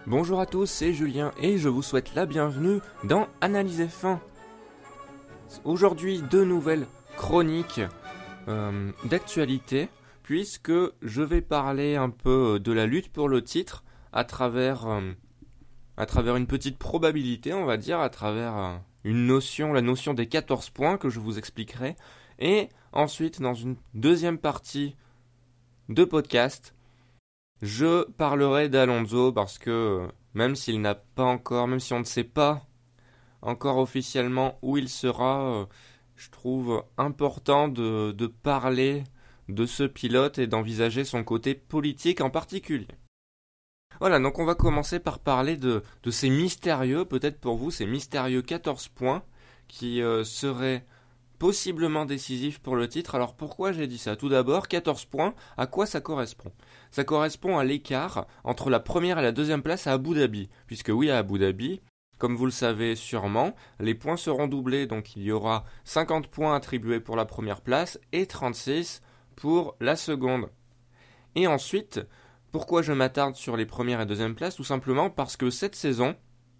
Bonjour à tous, c'est Julien et je vous souhaite la bienvenue dans Analyse F1. Aujourd'hui, deux nouvelles chroniques d'actualité, puisque je vais parler un peu de la lutte pour le titre à travers une petite probabilité, on va dire, à travers la notion des 14 points que je vous expliquerai. Et ensuite, dans une deuxième partie de podcast, je parlerai d'Alonso parce que même si on ne sait pas encore officiellement où il sera, je trouve important de parler de ce pilote et d'envisager son côté politique en particulier. Voilà, donc on va commencer par parler de ces mystérieux, peut-être pour vous, ces mystérieux 14 points qui seraient possiblement décisifs pour le titre. Alors pourquoi j'ai dit ça ? Tout d'abord, 14 points, à quoi ça correspond ? Ça correspond à l'écart entre la première et la deuxième place à Abu Dhabi. Puisque oui, à Abu Dhabi, comme vous le savez sûrement, les points seront doublés. Donc il y aura 50 points attribués pour la première place et 36 pour la seconde. Et ensuite, pourquoi je m'attarde sur les premières et deuxième places ? Tout simplement parce que cette saison,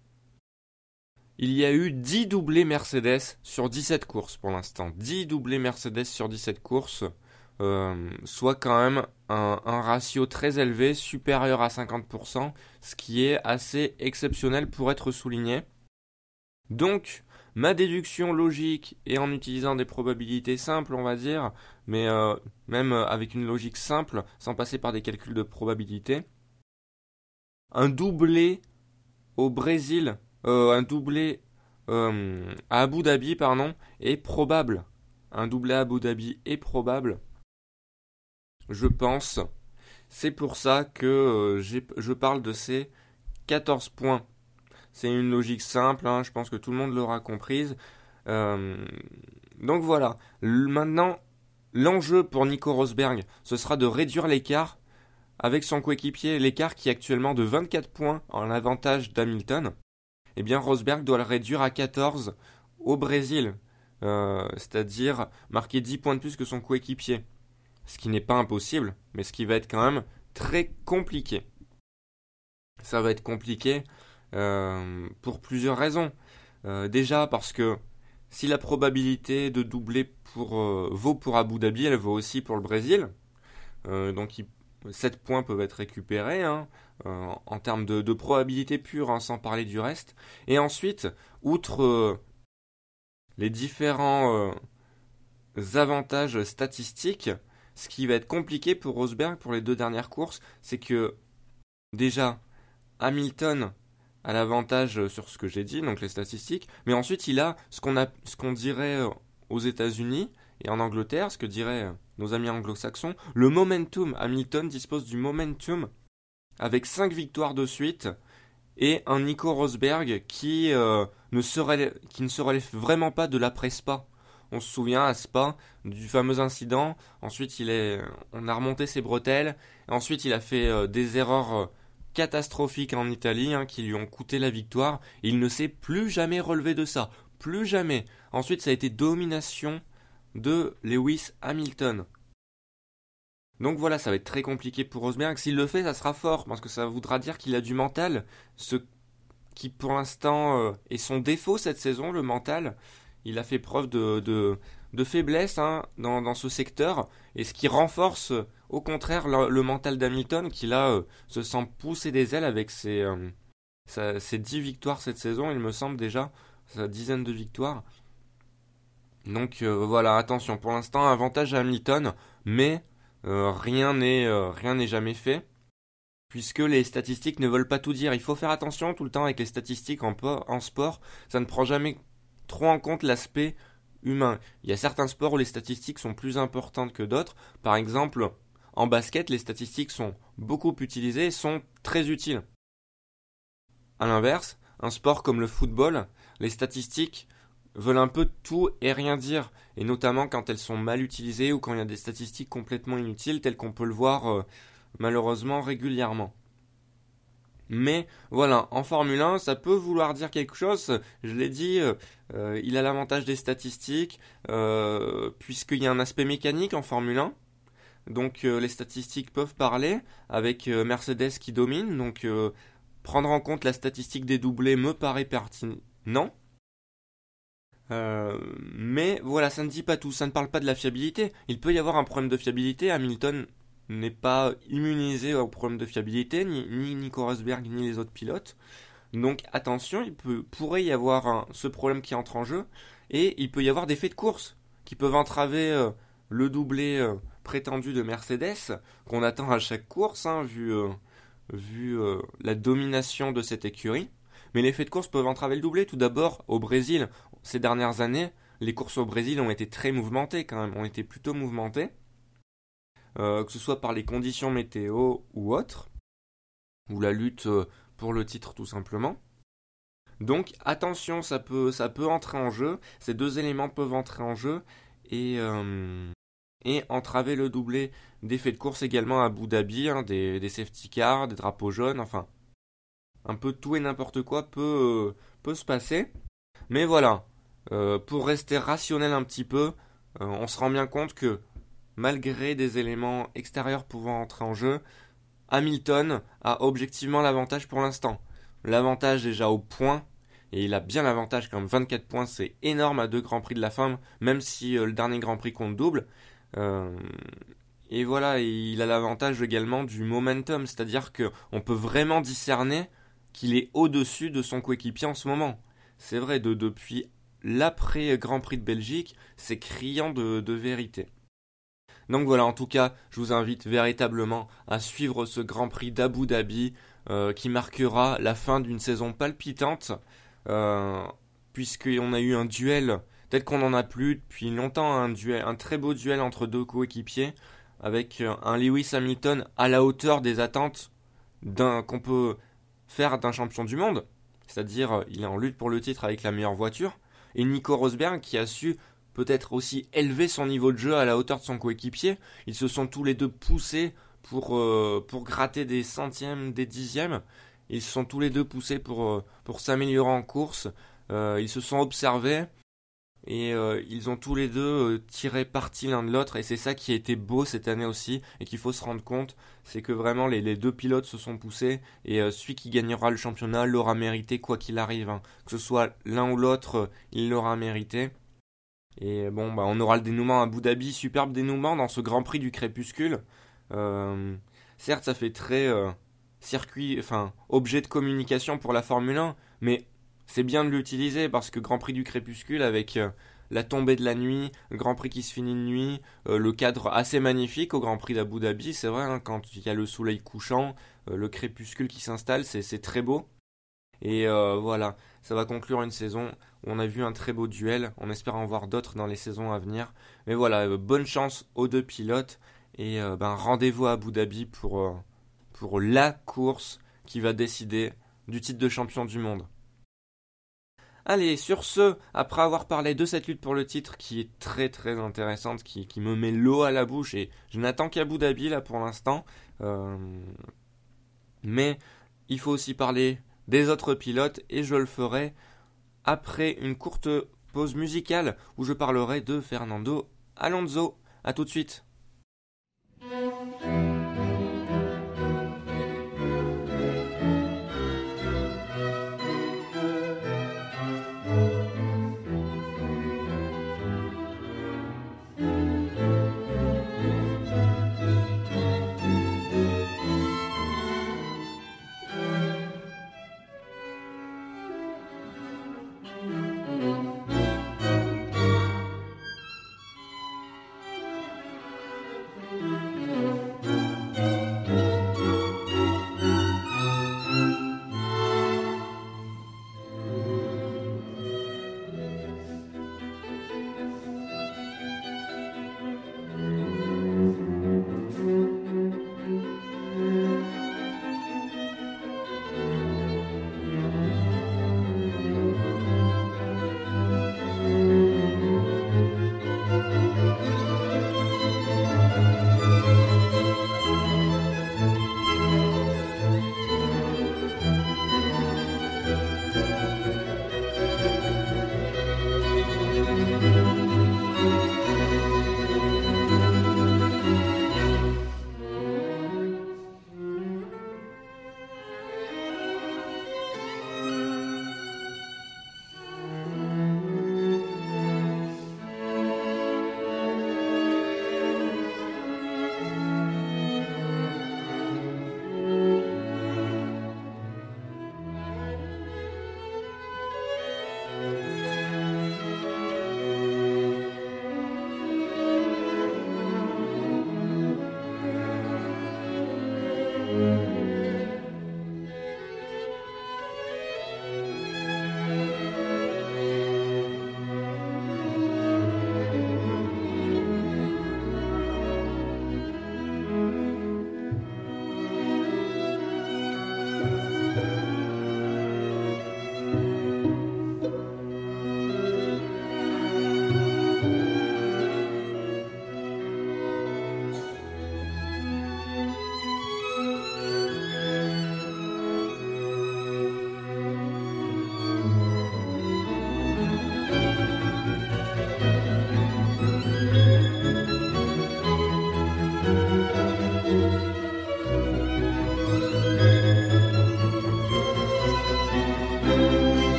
il y a eu 10 doublés Mercedes sur 17 courses pour l'instant. 10 doublés Mercedes sur 17 courses, soit quand même un ratio très élevé, supérieur à 50%, ce qui est assez exceptionnel pour être souligné. Donc, ma déduction logique, et en utilisant des probabilités simples, on va dire, mais même avec une logique simple, sans passer par des calculs de probabilité, un doublé au Brésil, un doublé à Abu Dhabi, est probable. Un doublé à Abu Dhabi est probable, je pense. C'est pour ça que je parle de ces 14 points. C'est une logique simple, je pense que tout le monde l'aura comprise. Donc voilà. Maintenant, l'enjeu pour Nico Rosberg, ce sera de réduire l'écart avec son coéquipier, l'écart qui est actuellement de 24 points en avantage d'Hamilton. Eh bien, Rosberg doit le réduire à 14 au Brésil, c'est-à-dire marquer 10 points de plus que son coéquipier. Ce qui n'est pas impossible, mais ce qui va être quand même très compliqué. Ça va être compliqué pour plusieurs raisons. Déjà parce que si la probabilité de doubler vaut pour Abu Dhabi, elle vaut aussi pour le Brésil. Donc 7 points peuvent être récupérés en termes de probabilité pure, sans parler du reste. Et ensuite, outre les différents avantages statistiques, ce qui va être compliqué pour Rosberg pour les deux dernières courses, c'est que déjà, Hamilton a l'avantage sur ce que j'ai dit, donc les statistiques, mais ensuite il a ce qu'on dirait aux États-Unis et en Angleterre, ce que diraient nos amis anglo-saxons, le momentum. Hamilton dispose du momentum avec 5 victoires de suite et un Nico Rosberg qui ne se relève vraiment pas de l'après-Spa. On se souvient à Spa du fameux incident. Ensuite, on a remonté ses bretelles. Ensuite, il a fait des erreurs catastrophiques en Italie qui lui ont coûté la victoire. Et il ne s'est plus jamais relevé de ça. Plus jamais. Ensuite, ça a été domination de Lewis Hamilton. Donc voilà, ça va être très compliqué pour Rosberg. S'il le fait, ça sera fort, parce que ça voudra dire qu'il a du mental, ce qui pour l'instant est son défaut cette saison, le mental. Il a fait preuve de faiblesse dans ce secteur, et ce qui renforce au contraire le mental d'Hamilton, qui là se sent pousser des ailes avec ses 10 victoires cette saison, il me semble déjà, sa dizaine de victoires. Donc voilà, attention, pour l'instant avantage à Hamilton, mais rien n'est jamais fait, puisque les statistiques ne veulent pas tout dire. Il faut faire attention tout le temps avec les statistiques en sport, ça ne prend jamais trop en compte l'aspect humain. Il y a certains sports où les statistiques sont plus importantes que d'autres. Par exemple, en basket, les statistiques sont beaucoup utilisées et sont très utiles. A l'inverse, un sport comme le football, les statistiques veulent un peu tout et rien dire, et notamment quand elles sont mal utilisées ou quand il y a des statistiques complètement inutiles, telles qu'on peut le voir malheureusement régulièrement. Mais voilà, en Formule 1, ça peut vouloir dire quelque chose. Je l'ai dit, il a l'avantage des statistiques, puisqu'il y a un aspect mécanique en Formule 1. Donc les statistiques peuvent parler, avec Mercedes qui domine. Donc prendre en compte la statistique des doublés me paraît pertinent. Mais voilà, ça ne dit pas tout, ça ne parle pas de la fiabilité. Il peut y avoir un problème de fiabilité, Hamilton n'est pas immunisé au problème de fiabilité, ni Nico Rosberg, ni les autres pilotes. Donc attention, pourrait y avoir ce problème qui entre en jeu, et il peut y avoir des faits de course qui peuvent entraver le doublé prétendu de Mercedes, qu'on attend à chaque course, hein, vu la domination de cette écurie. Mais les faits de course peuvent entraver le doublé. Tout d'abord, au Brésil, ces dernières années, les courses au Brésil ont été très mouvementées quand même, ont été plutôt mouvementées, que ce soit par les conditions météo ou autres, ou la lutte pour le titre tout simplement. Donc attention, ça peut entrer en jeu, ces deux éléments peuvent entrer en jeu et entraver le doublé des faits de course également à Abu Dhabi, hein, des safety cars, des drapeaux jaunes, enfin un peu tout et n'importe quoi peut se passer. Mais voilà, pour rester rationnel un petit peu, on se rend bien compte que malgré des éléments extérieurs pouvant entrer en jeu, Hamilton a objectivement l'avantage pour l'instant. L'avantage déjà au point, et il a bien l'avantage quand même, 24 points c'est énorme à 2 Grands Prix de la fin, même si le dernier Grand Prix compte double. Et voilà, il a l'avantage également du momentum, c'est-à-dire qu'on peut vraiment discerner qu'il est au-dessus de son coéquipier en ce moment. C'est vrai, depuis l'après Grand Prix de Belgique, c'est criant de vérité. Donc voilà, en tout cas, je vous invite véritablement à suivre ce Grand Prix d'Abu Dhabi qui marquera la fin d'une saison palpitante, puisqu'on a eu un duel, peut-être qu'on n'en a plus depuis longtemps, un très beau duel entre deux coéquipiers, avec un Lewis Hamilton à la hauteur des attentes qu'on peut faire d'un champion du monde, c'est-à-dire il est en lutte pour le titre avec la meilleure voiture, et Nico Rosberg qui a su peut-être aussi élever son niveau de jeu à la hauteur de son coéquipier. Ils se sont tous les deux poussés pour gratter des centièmes, des dixièmes. Ils se sont tous les deux poussés pour s'améliorer en course. Ils se sont observés et ils ont tous les deux tiré parti l'un de l'autre. Et c'est ça qui a été beau cette année aussi et qu'il faut se rendre compte. C'est que vraiment les deux pilotes se sont poussés et celui qui gagnera le championnat l'aura mérité quoi qu'il arrive, hein. Que ce soit l'un ou l'autre, il l'aura mérité. Et bon, bah, on aura le dénouement à Abu Dhabi, superbe dénouement dans ce Grand Prix du crépuscule. Certes, ça fait très circuit, enfin objet de communication pour la Formule 1, mais c'est bien de l'utiliser parce que Grand Prix du crépuscule avec la tombée de la nuit, le Grand Prix qui se finit de nuit, le cadre assez magnifique au Grand Prix d'Abu Dhabi, c'est vrai, hein, quand il y a le soleil couchant, le crépuscule qui s'installe, c'est très beau. Et voilà, ça va conclure une saison où on a vu un très beau duel. On espère en voir d'autres dans les saisons à venir. Mais voilà, bonne chance aux deux pilotes. Et rendez-vous à Abu Dhabi pour la course qui va décider du titre de champion du monde. Allez, sur ce, après avoir parlé de cette lutte pour le titre qui est très très intéressante, qui me met l'eau à la bouche, et je n'attends qu'Abu Dhabi là pour l'instant. Mais il faut aussi parler des autres pilotes et je le ferai après une courte pause musicale où je parlerai de Fernando Alonso. A tout de suite.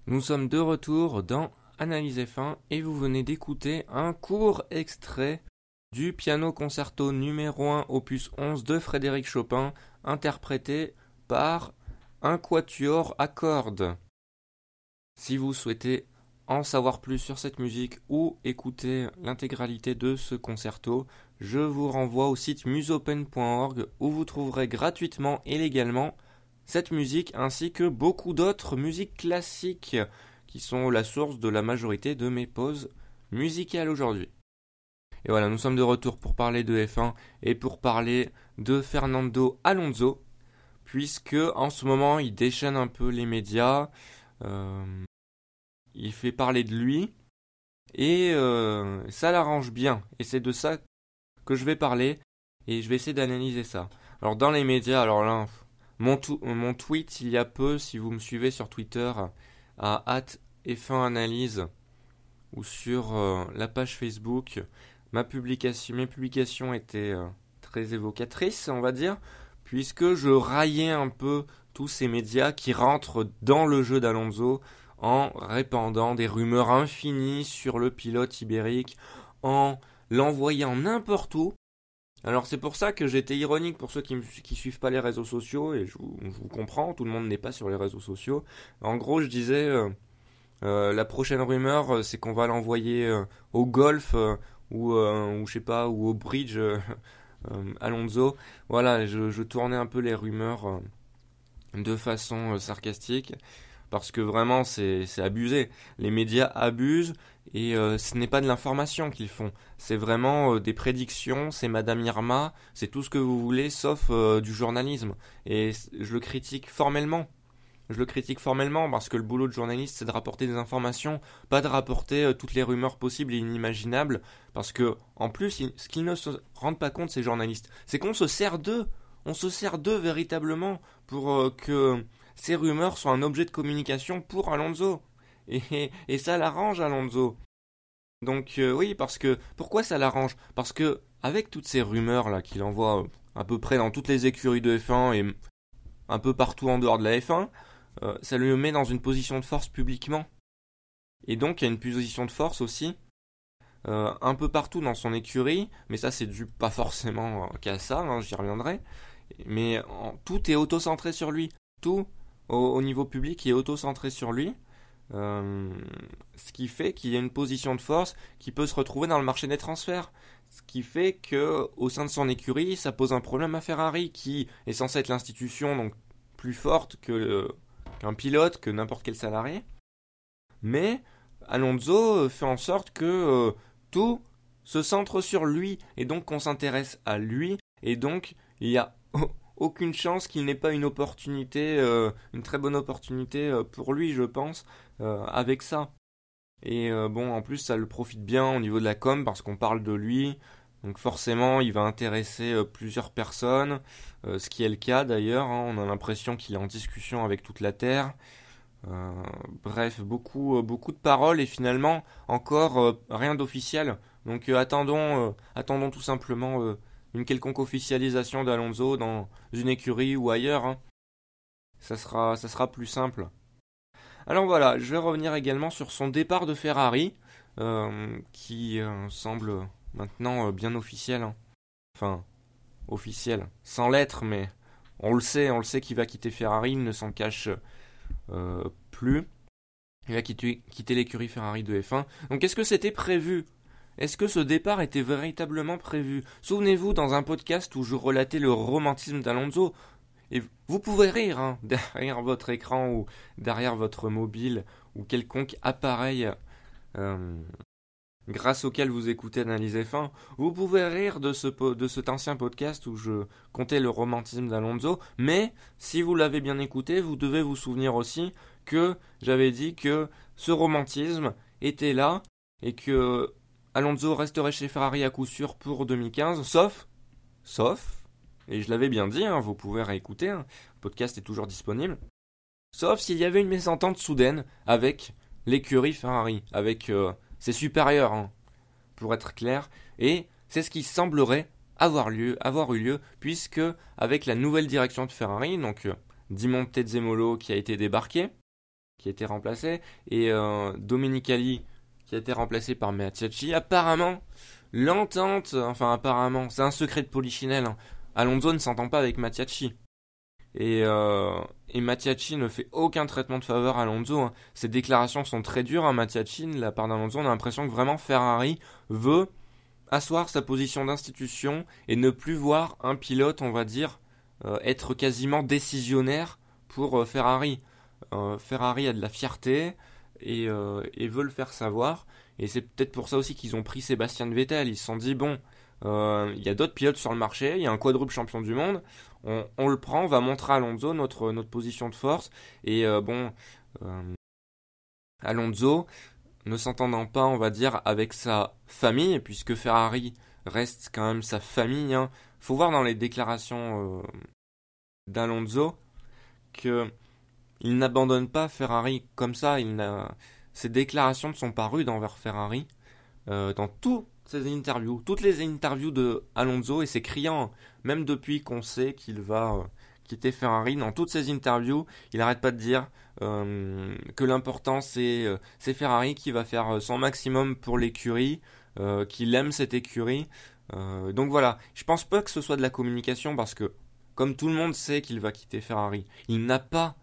Nous sommes de retour dans Analyse F1 et vous venez d'écouter un court extrait du piano concerto numéro 1 opus 11 de Frédéric Chopin, interprété par un quatuor à cordes. Si vous souhaitez en savoir plus sur cette musique ou écouter l'intégralité de ce concerto, je vous renvoie au site musopen.org où vous trouverez gratuitement et légalement cette musique ainsi que beaucoup d'autres musiques classiques qui sont la source de la majorité de mes pauses musicales aujourd'hui. Et voilà, nous sommes de retour pour parler de F1 et pour parler de Fernando Alonso, puisque en ce moment il déchaîne un peu les médias, il fait parler de lui et ça l'arrange bien. Et c'est de ça que je vais parler et je vais essayer d'analyser ça. Alors dans les médias, alors là, mon tweet il y a peu, si vous me suivez sur Twitter, à @f1analyse ou sur la page Facebook, mes publications étaient très évocatrices, on va dire, puisque je raillais un peu tous ces médias qui rentrent dans le jeu d'Alonso en répandant des rumeurs infinies sur le pilote ibérique, en l'envoyant n'importe où. Alors c'est pour ça que j'étais ironique pour ceux qui suivent pas les réseaux sociaux, et je vous comprends, tout le monde n'est pas sur les réseaux sociaux. En gros, je disais, la prochaine rumeur, c'est qu'on va l'envoyer au golf, ou je sais pas, ou au bridge, Alonso. Voilà, je tournais un peu les rumeurs de façon sarcastique, parce que vraiment c'est abusé. Les médias abusent et ce n'est pas de l'information qu'ils font. C'est vraiment des prédictions, c'est Madame Irma, c'est tout ce que vous voulez sauf du journalisme. Et je le critique formellement. Je le critique formellement parce que le boulot de journaliste c'est de rapporter des informations, pas de rapporter toutes les rumeurs possibles et inimaginables. Parce que en plus, ce qu'ils ne se rendent pas compte ces journalistes, c'est qu'on se sert d'eux. On se sert d'eux véritablement pour que ces rumeurs soient un objet de communication pour Alonso. Et ça l'arrange Alonso. Donc oui, parce que pourquoi ça l'arrange? Parce que avec toutes ces rumeurs là qu'il envoie à peu près dans toutes les écuries de F1 et un peu partout en dehors de la F1, ça le met dans une position de force publiquement. Et donc il y a une position de force aussi un peu partout dans son écurie, mais ça c'est dû pas forcément qu'à ça, hein, j'y reviendrai. Mais tout est auto-centré sur lui. Tout au niveau public est auto-centré sur lui. Ce qui fait qu'il y a une position de force qui peut se retrouver dans le marché des transferts. Ce qui fait que au sein de son écurie, ça pose un problème à Ferrari, qui est censé être l'institution donc plus forte qu'un pilote, que n'importe quel salarié. Mais Alonso fait en sorte que tout se centre sur lui et donc qu'on s'intéresse à lui et donc il y a aucune chance qu'il n'ait pas une opportunité, une très bonne opportunité pour lui, je pense, avec ça. Et bon, en plus, ça le profite bien au niveau de la com parce qu'on parle de lui. Donc forcément, il va intéresser plusieurs personnes, ce qui est le cas d'ailleurs. Hein, on a l'impression qu'il est en discussion avec toute la Terre. Bref, beaucoup de paroles et finalement encore rien d'officiel. Donc attendons tout simplement une quelconque officialisation d'Alonso dans une écurie ou ailleurs, hein. Ça sera plus simple. Alors voilà, je vais revenir également sur son départ de Ferrari, qui semble maintenant bien officiel, hein. Enfin, officiel, sans lettres, mais on le sait qu'il va quitter Ferrari, il ne s'en cache plus. Il va quitter l'écurie Ferrari de F1. Donc est-ce que c'était prévu ? Est-ce que ce départ était véritablement prévu ? Souvenez-vous, dans un podcast où je relatais le romantisme d'Alonso, et vous pouvez rire hein, derrière votre écran ou derrière votre mobile ou quelconque appareil grâce auquel vous écoutez Analyse F1, vous pouvez rire de cet ancien podcast où je comptais le romantisme d'Alonso, mais si vous l'avez bien écouté, vous devez vous souvenir aussi que j'avais dit que ce romantisme était là et que Alonso resterait chez Ferrari à coup sûr pour 2015, sauf, et je l'avais bien dit, hein, vous pouvez réécouter, hein, le podcast est toujours disponible, sauf s'il y avait une mésentente soudaine avec l'écurie Ferrari, avec ses supérieurs, hein, pour être clair, et c'est ce qui semblerait avoir eu lieu, puisque avec la nouvelle direction de Ferrari, donc Di Montezemolo qui a été débarqué, qui a été remplacé, et Domenicali qui a été remplacé par Meazzacchi. Apparemment, apparemment, c'est un secret de polichinelle, hein. Alonso ne s'entend pas avec Meazzacchi. Et Meazzacchi ne fait aucun traitement de faveur à Alonso, hein. Ses déclarations sont très dures, hein, Meazzacchi, de la part d'Alonso. On a l'impression que vraiment Ferrari veut asseoir sa position d'institution et ne plus voir un pilote, on va dire, être quasiment décisionnaire pour Ferrari. Ferrari a de la fierté et veut le faire savoir. Et c'est peut-être pour ça aussi qu'ils ont pris Sébastien Vettel. Ils se sont dit, bon, il y a d'autres pilotes sur le marché, il y a un quadruple champion du monde, on le prend, on va montrer à Alonso notre position de force. Et Alonso, ne s'entendant pas, on va dire, avec sa famille, puisque Ferrari reste quand même sa famille, hein. Faut voir dans les déclarations d'Alonso que il n'abandonne pas Ferrari comme ça. Ses déclarations ne sont pas rudes envers Ferrari dans toutes ses interviews, toutes les interviews de Alonso, et c'est criant, même depuis qu'on sait qu'il va quitter Ferrari. Dans toutes ses interviews, il n'arrête pas de dire que l'important c'est Ferrari, qui va faire son maximum pour l'écurie, qu'il aime cette écurie. Donc voilà, je pense pas que ce soit de la communication, parce que comme tout le monde sait qu'il va quitter Ferrari, il n'a pas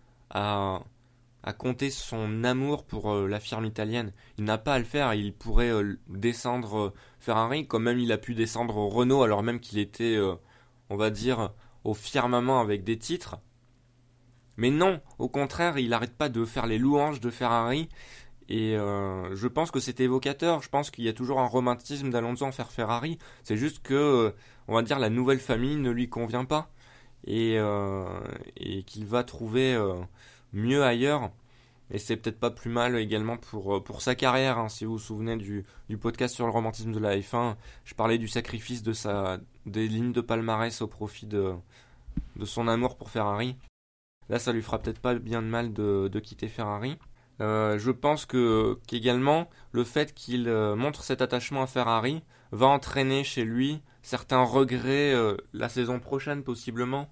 à compter son amour pour la firme italienne. Il n'a pas à le faire. Il pourrait descendre Ferrari, comme même il a pu descendre Renault, alors même qu'il était, on va dire, au firmament avec des titres. Mais non, au contraire, il n'arrête pas de faire les louanges de Ferrari. Et je pense que c'est évocateur. Je pense qu'il y a toujours un romantisme d'Alonso envers Ferrari. C'est juste que, on va dire, la nouvelle famille ne lui convient pas. Et qu'il va trouver mieux ailleurs. Et c'est peut-être pas plus mal également pour sa carrière, hein. Si vous vous souvenez du podcast sur le romantisme de la F1, je parlais du sacrifice des lignes de palmarès au profit de son amour pour Ferrari. Là, ça lui fera peut-être pas bien de mal de quitter Ferrari. Je pense qu'également, le fait qu'il montre cet attachement à Ferrari va entraîner chez lui certains regrets la saison prochaine, possiblement.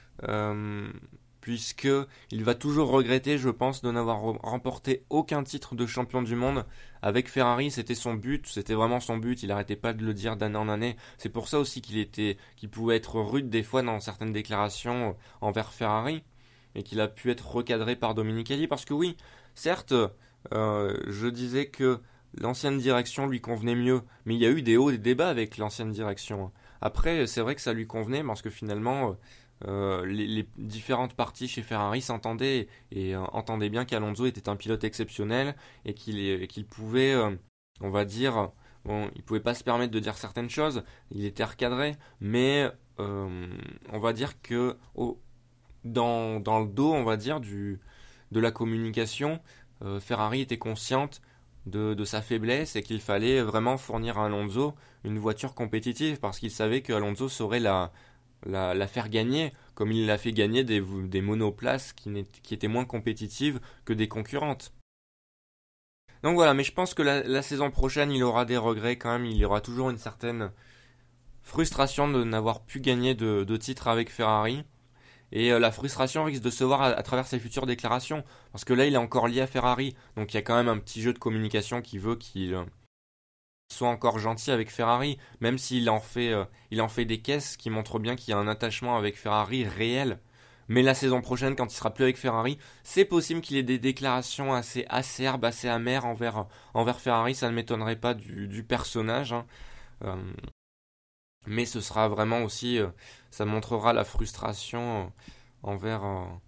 Puisque il va toujours regretter, je pense, de n'avoir remporté aucun titre de champion du monde avec Ferrari. C'était son but, c'était vraiment son but. Il n'arrêtait pas de le dire d'année en année. C'est pour ça aussi qu'il pouvait être rude des fois dans certaines déclarations envers Ferrari, et qu'il a pu être recadré par Domenicali. Parce que oui, certes, je disais que l'ancienne direction lui convenait mieux, mais il y a eu des hauts et des bas avec l'ancienne direction. Après, c'est vrai que ça lui convenait, parce que finalement les différentes parties chez Ferrari s'entendaient et entendaient bien qu'Alonso était un pilote exceptionnel, et qu'il pouvait, on va dire, bon, il pouvait pas se permettre de dire certaines choses, il était recadré, mais on va dire que dans le dos, on va dire, de la communication, Ferrari était consciente de sa faiblesse, et qu'il fallait vraiment fournir à Alonso une voiture compétitive, parce qu'il savait que Alonso saurait la faire gagner, comme il l'a fait gagner des monoplaces qui étaient moins compétitives que des concurrentes. Donc voilà, mais je pense que la saison prochaine, il aura des regrets quand même. Il y aura toujours une certaine frustration de n'avoir pu gagner de titres avec Ferrari. Et la frustration risque de se voir à travers ses futures déclarations, parce que là, il est encore lié à Ferrari. Donc il y a quand même un petit jeu de communication qui veut qu'il soit encore gentil avec Ferrari, même s'il en fait des caisses qui montrent bien qu'il y a un attachement avec Ferrari réel. Mais la saison prochaine, quand il sera plus avec Ferrari, c'est possible qu'il ait des déclarations assez acerbes, assez amères envers Ferrari. Ça ne m'étonnerait pas du personnage, hein. Mais ce sera vraiment aussi, ça montrera la frustration envers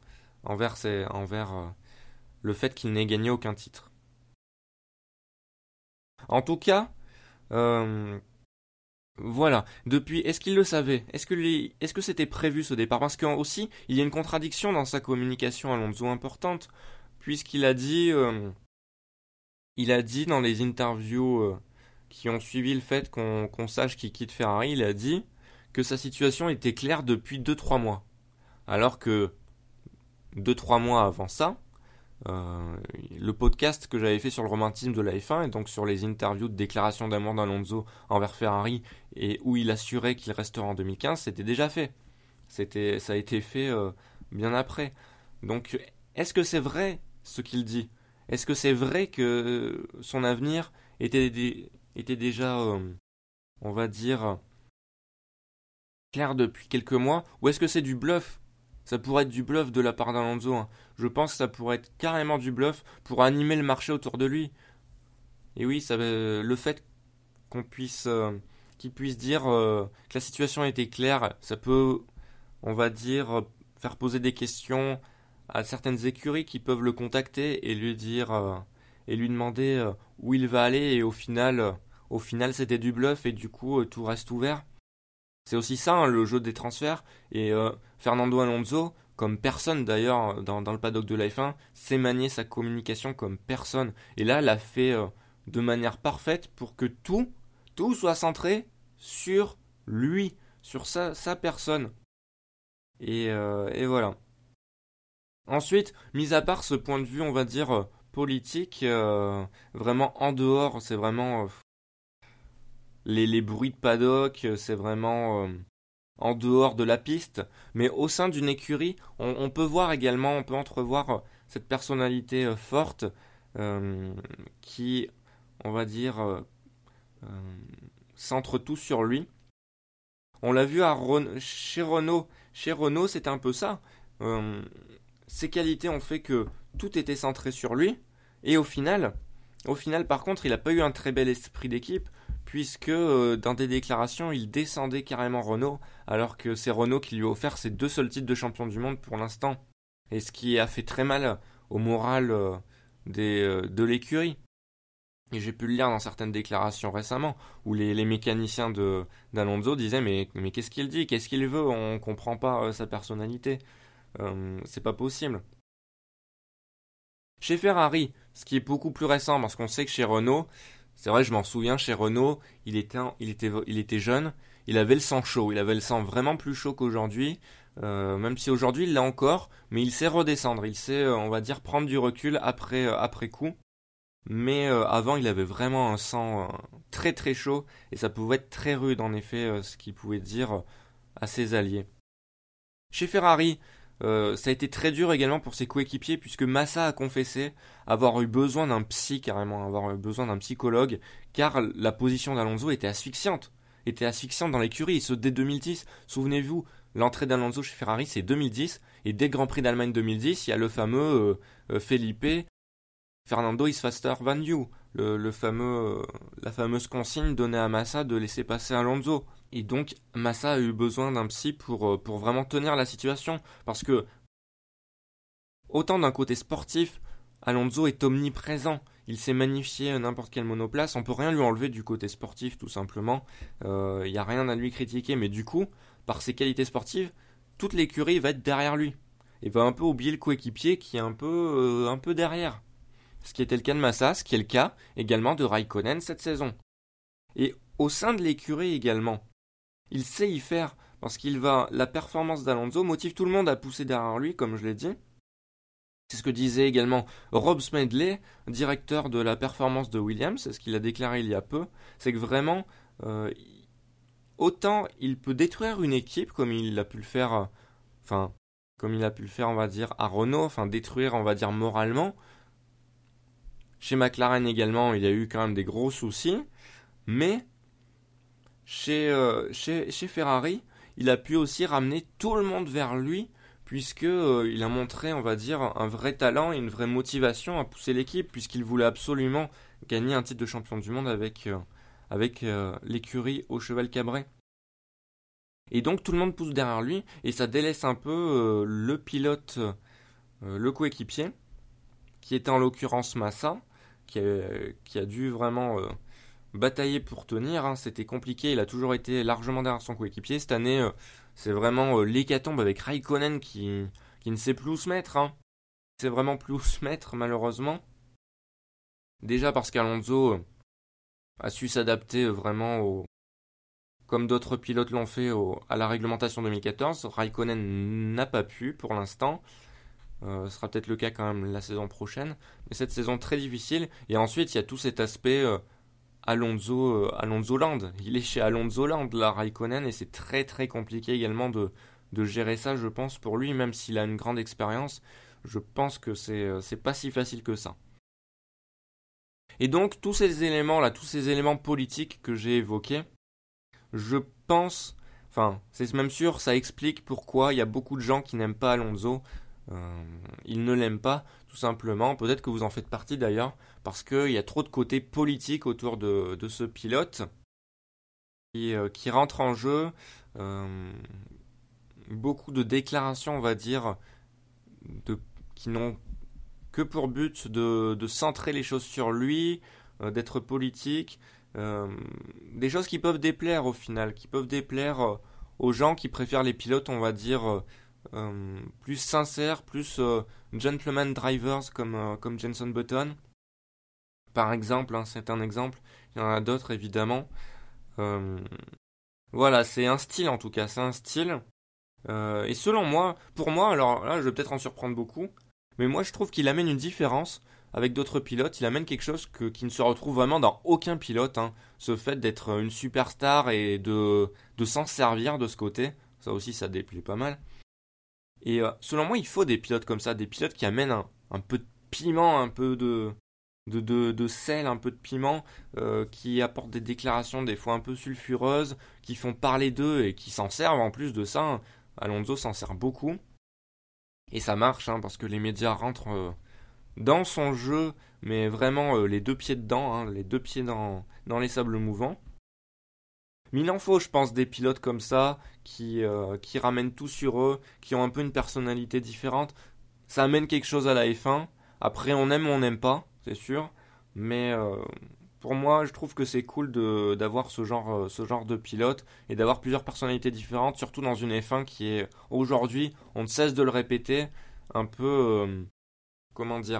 le fait qu'il n'ait gagné aucun titre. En tout cas, voilà. Depuis, est-ce qu'il le savait? Est-ce que c'était prévu ce départ? Parce qu'aussi, il y a une contradiction dans sa communication, Alonso, importante, puisqu'il il a dit dans les interviews qui ont suivi le fait qu'on sache qu'il quitte Ferrari, il a dit que sa situation était claire depuis 2-3 mois. Alors que 2-3 mois avant ça, le podcast que j'avais fait sur le romantisme de la F1, et donc sur les interviews de déclaration d'amour d'Alonso envers Ferrari, et où il assurait qu'il resterait en 2015, c'était déjà fait. Ça a été fait bien après. Donc, est-ce que c'est vrai ce qu'il dit? Est-ce que c'est vrai que son avenir était déjà, on va dire, clair depuis quelques mois? Ou est-ce que c'est du bluff? Ça pourrait être du bluff de la part d'Alonso, hein. Je pense que ça pourrait être carrément du bluff pour animer le marché autour de lui. Et oui, le fait qu'on puisse, qu'il puisse dire que la situation était claire, ça peut, on va dire, faire poser des questions à certaines écuries qui peuvent le contacter et lui dire et lui demander où il va aller et au final c'était du bluff et du coup tout reste ouvert. C'est aussi ça, hein, le jeu des transferts. Et Fernando Alonso, comme personne d'ailleurs dans le paddock de la F1, sait manier sa communication comme personne. Et là, l'a fait de manière parfaite pour que tout soit centré sur lui, sur sa personne. Et voilà. Ensuite, mis à part ce point de vue, on va dire, politique, vraiment en dehors, c'est vraiment les bruits de paddock, c'est vraiment en dehors de la piste, mais au sein d'une écurie, on peut voir également, on peut entrevoir cette personnalité forte euh, qui, on va dire, euh, centre tout sur lui. On l'a vu chez Renault. Chez Renault, c'est un peu ça. Euh, Ses qualités ont fait que tout était centré sur lui, et au final, par contre, il n'a pas eu un très bel esprit d'équipe, puisque dans des déclarations, il descendait carrément Renault, alors que c'est Renault qui lui a offert ses 2 seuls titres de champion du monde pour l'instant. Et ce qui a fait très mal au moral de l'écurie. Et j'ai pu le lire dans certaines déclarations récemment, où les mécaniciens d'Alonso disaient mais qu'est-ce qu'il dit? Qu'est-ce qu'il veut? On comprend pas sa personnalité. C'est pas possible. Chez Ferrari, ce qui est beaucoup plus récent, parce qu'on sait que chez Renault, c'est vrai, je m'en souviens, chez Renault, il était jeune, il avait le sang chaud, il avait le sang vraiment plus chaud qu'aujourd'hui, même si aujourd'hui il l'a encore, mais il sait redescendre, il sait, on va dire, prendre du recul après coup. Mais avant, il avait vraiment un sang très très chaud, et ça pouvait être très rude, en effet, ce qu'il pouvait dire à ses alliés. Chez Ferrari, ça a été très dur également pour ses coéquipiers puisque Massa a confessé avoir eu besoin d'un psy carrément, avoir eu besoin d'un psychologue, car la position d'Alonso était asphyxiante dans l'écurie. Et ce dès 2010, souvenez-vous, l'entrée d'Alonso chez Ferrari c'est 2010, et dès le Grand Prix d'Allemagne 2010, il y a le fameux Felipe, Fernando is faster than you, la fameuse consigne donnée à Massa de laisser passer Alonso. Et donc Massa a eu besoin d'un psy pour vraiment tenir la situation. Parce que autant d'un côté sportif, Alonso est omniprésent. Il sait magnifier n'importe quelle monoplace. On peut rien lui enlever du côté sportif tout simplement. Il n'y a rien à lui critiquer. Mais du coup, par ses qualités sportives, toute l'écurie va être derrière lui. Et va un peu oublier le coéquipier qui est un peu derrière. Ce qui était le cas de Massa, ce qui est le cas également de Raikkonen cette saison. Et au sein de l'écurie également, il sait y faire parce la performance d'Alonso motive tout le monde à pousser derrière lui, comme je l'ai dit. C'est ce que disait également Rob Smedley, directeur de la performance de Williams, c'est ce qu'il a déclaré il y a peu. C'est que vraiment, autant il peut détruire une équipe comme il a pu le faire, on va dire, à Renault, détruire, on va dire, moralement. Chez McLaren également, il y a eu quand même des gros soucis, mais chez Ferrari, il a pu aussi ramener tout le monde vers lui, puisque il a montré, on va dire, un vrai talent et une vraie motivation à pousser l'équipe, puisqu'il voulait absolument gagner un titre de champion du monde avec l'écurie au cheval cabré. Et donc tout le monde pousse derrière lui, et ça délaisse un peu le pilote, le coéquipier, qui était en l'occurrence Massa, qui a dû vraiment batailler pour tenir, hein. C'était compliqué, il a toujours été largement derrière son coéquipier. Cette année, c'est vraiment l'hécatombe avec Raikkonen qui ne sait plus où se mettre, hein. C'est vraiment plus où se mettre, malheureusement. Déjà parce qu'Alonso a su s'adapter vraiment comme d'autres pilotes l'ont fait à la réglementation 2014. Raikkonen n'a pas pu pour l'instant. Ce sera peut-être le cas quand même la saison prochaine. Mais cette saison très difficile. Et ensuite, il y a tout cet aspect Alonso Land. Il est chez Alonso Land, là, Raikkonen, et c'est très très compliqué également de gérer ça, je pense, pour lui, même s'il a une grande expérience. Je pense que c'est pas si facile que ça. Et donc tous ces éléments politiques que j'ai évoqués, je pense, enfin c'est même sûr, ça explique pourquoi il y a beaucoup de gens qui n'aiment pas Alonso. Ils ne l'aiment pas, tout simplement. Peut-être que vous en faites partie d'ailleurs, parce qu'il y a trop de côté politique autour de ce pilote qui rentre en jeu. Beaucoup de déclarations, on va dire, qui n'ont que pour but de centrer les choses sur lui, d'être politique. Des choses qui peuvent déplaire au final, qui peuvent déplaire aux gens qui préfèrent les pilotes, on va dire, plus sincères, plus gentleman drivers comme Jenson Button. Par exemple, hein, c'est un exemple, il y en a d'autres évidemment. Voilà, c'est un style en tout cas, c'est un style. Et selon moi, pour moi, alors là je vais peut-être en surprendre beaucoup, mais moi je trouve qu'il amène une différence avec d'autres pilotes, il amène quelque chose qui ne se retrouve vraiment dans aucun pilote, hein. Ce fait d'être une superstar et de s'en servir de ce côté, ça aussi ça déplaît pas mal. Et selon moi il faut des pilotes comme ça, des pilotes qui amènent un peu de piment, un peu de sel, un peu de piment, qui apportent des déclarations des fois un peu sulfureuses, qui font parler d'eux et qui s'en servent en plus de ça, hein. Alonso s'en sert beaucoup. Et ça marche, hein, parce que les médias rentrent dans son jeu, mais vraiment les deux pieds dedans, hein, les deux pieds dans les sables mouvants. Mais il en faut, je pense, des pilotes comme ça, qui ramènent tout sur eux, qui ont un peu une personnalité différente. Ça amène quelque chose à la F1. Après, on aime ou on n'aime pas, c'est sûr. Mais pour moi, je trouve que c'est cool d'avoir ce genre de pilote et d'avoir plusieurs personnalités différentes, surtout dans une F1 qui est aujourd'hui, on ne cesse de le répéter, un peu, comment dire,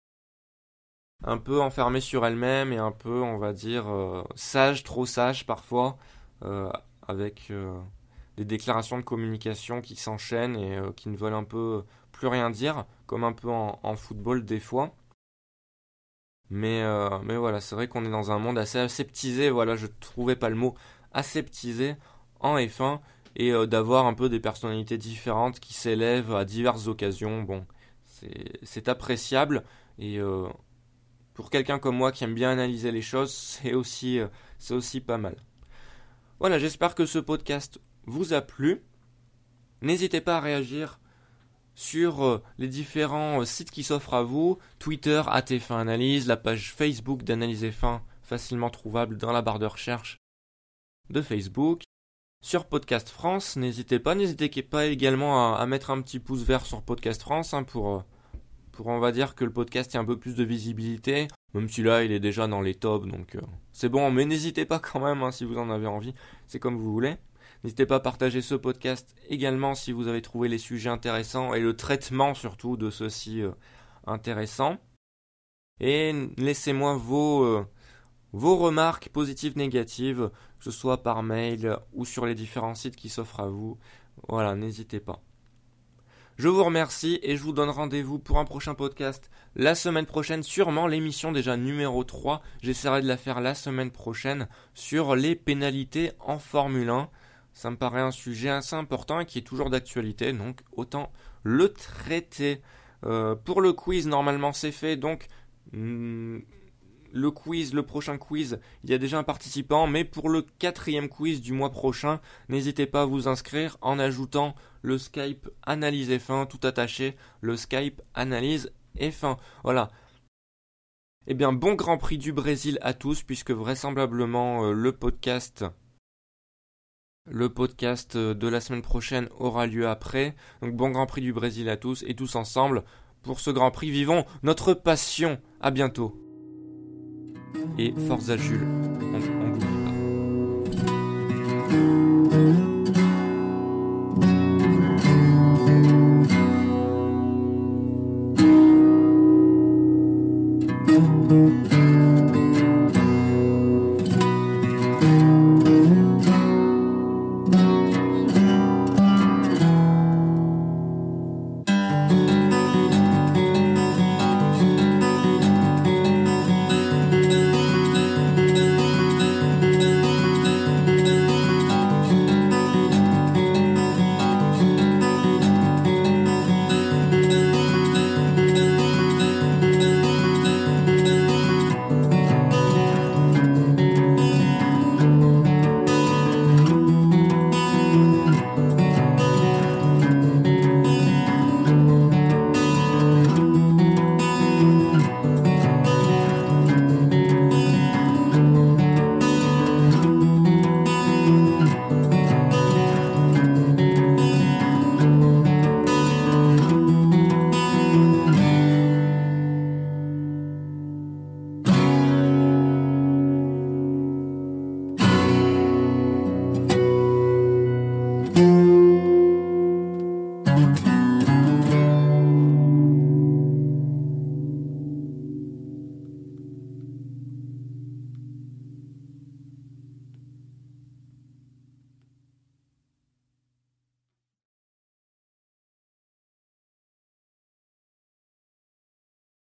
un peu enfermée sur elle-même et un peu, on va dire, sage, trop sage parfois, avec des déclarations de communication qui s'enchaînent et qui ne veulent un peu plus rien dire, comme un peu en football des fois. Mais voilà, c'est vrai qu'on est dans un monde assez aseptisé, voilà, je trouvais pas le mot, aseptisé en F1, et d'avoir un peu des personnalités différentes qui s'élèvent à diverses occasions, bon, c'est appréciable, et pour quelqu'un comme moi qui aime bien analyser les choses, c'est aussi pas mal. Voilà, j'espère que ce podcast vous a plu. N'hésitez pas à réagir sur les différents sites qui s'offrent à vous, Twitter @F1 Analyse, la page Facebook d'Analyse F1 facilement trouvable dans la barre de recherche de Facebook, sur Podcast France, n'hésitez pas également à mettre un petit pouce vert sur Podcast France, hein, pour on va dire que le podcast ait un peu plus de visibilité, même si là il est déjà dans les tops, donc c'est bon, mais n'hésitez pas quand même, hein, si vous en avez envie, c'est comme vous voulez. N'hésitez pas à partager ce podcast également si vous avez trouvé les sujets intéressants et le traitement surtout de ceux-ci intéressant. Et laissez-moi vos remarques positives, négatives, que ce soit par mail ou sur les différents sites qui s'offrent à vous. Voilà, n'hésitez pas. Je vous remercie et je vous donne rendez-vous pour un prochain podcast la semaine prochaine, sûrement l'émission déjà numéro 3. J'essaierai de la faire la semaine prochaine sur les pénalités en Formule 1. Ça me paraît un sujet assez important et qui est toujours d'actualité, donc autant le traiter. Pour le quiz, normalement c'est fait, donc le prochain quiz, il y a déjà un participant, mais pour le 4e quiz du mois prochain, n'hésitez pas à vous inscrire en ajoutant le Skype Analyse F1, tout attaché, le Skype Analyse F1. Voilà. Eh bien, bon Grand Prix du Brésil à tous, puisque vraisemblablement le podcast de la semaine prochaine aura lieu après. Donc bon Grand Prix du Brésil à tous et tous ensemble pour ce Grand Prix. Vivons notre passion. À bientôt. Et Forza Jules, on n'oublie pas.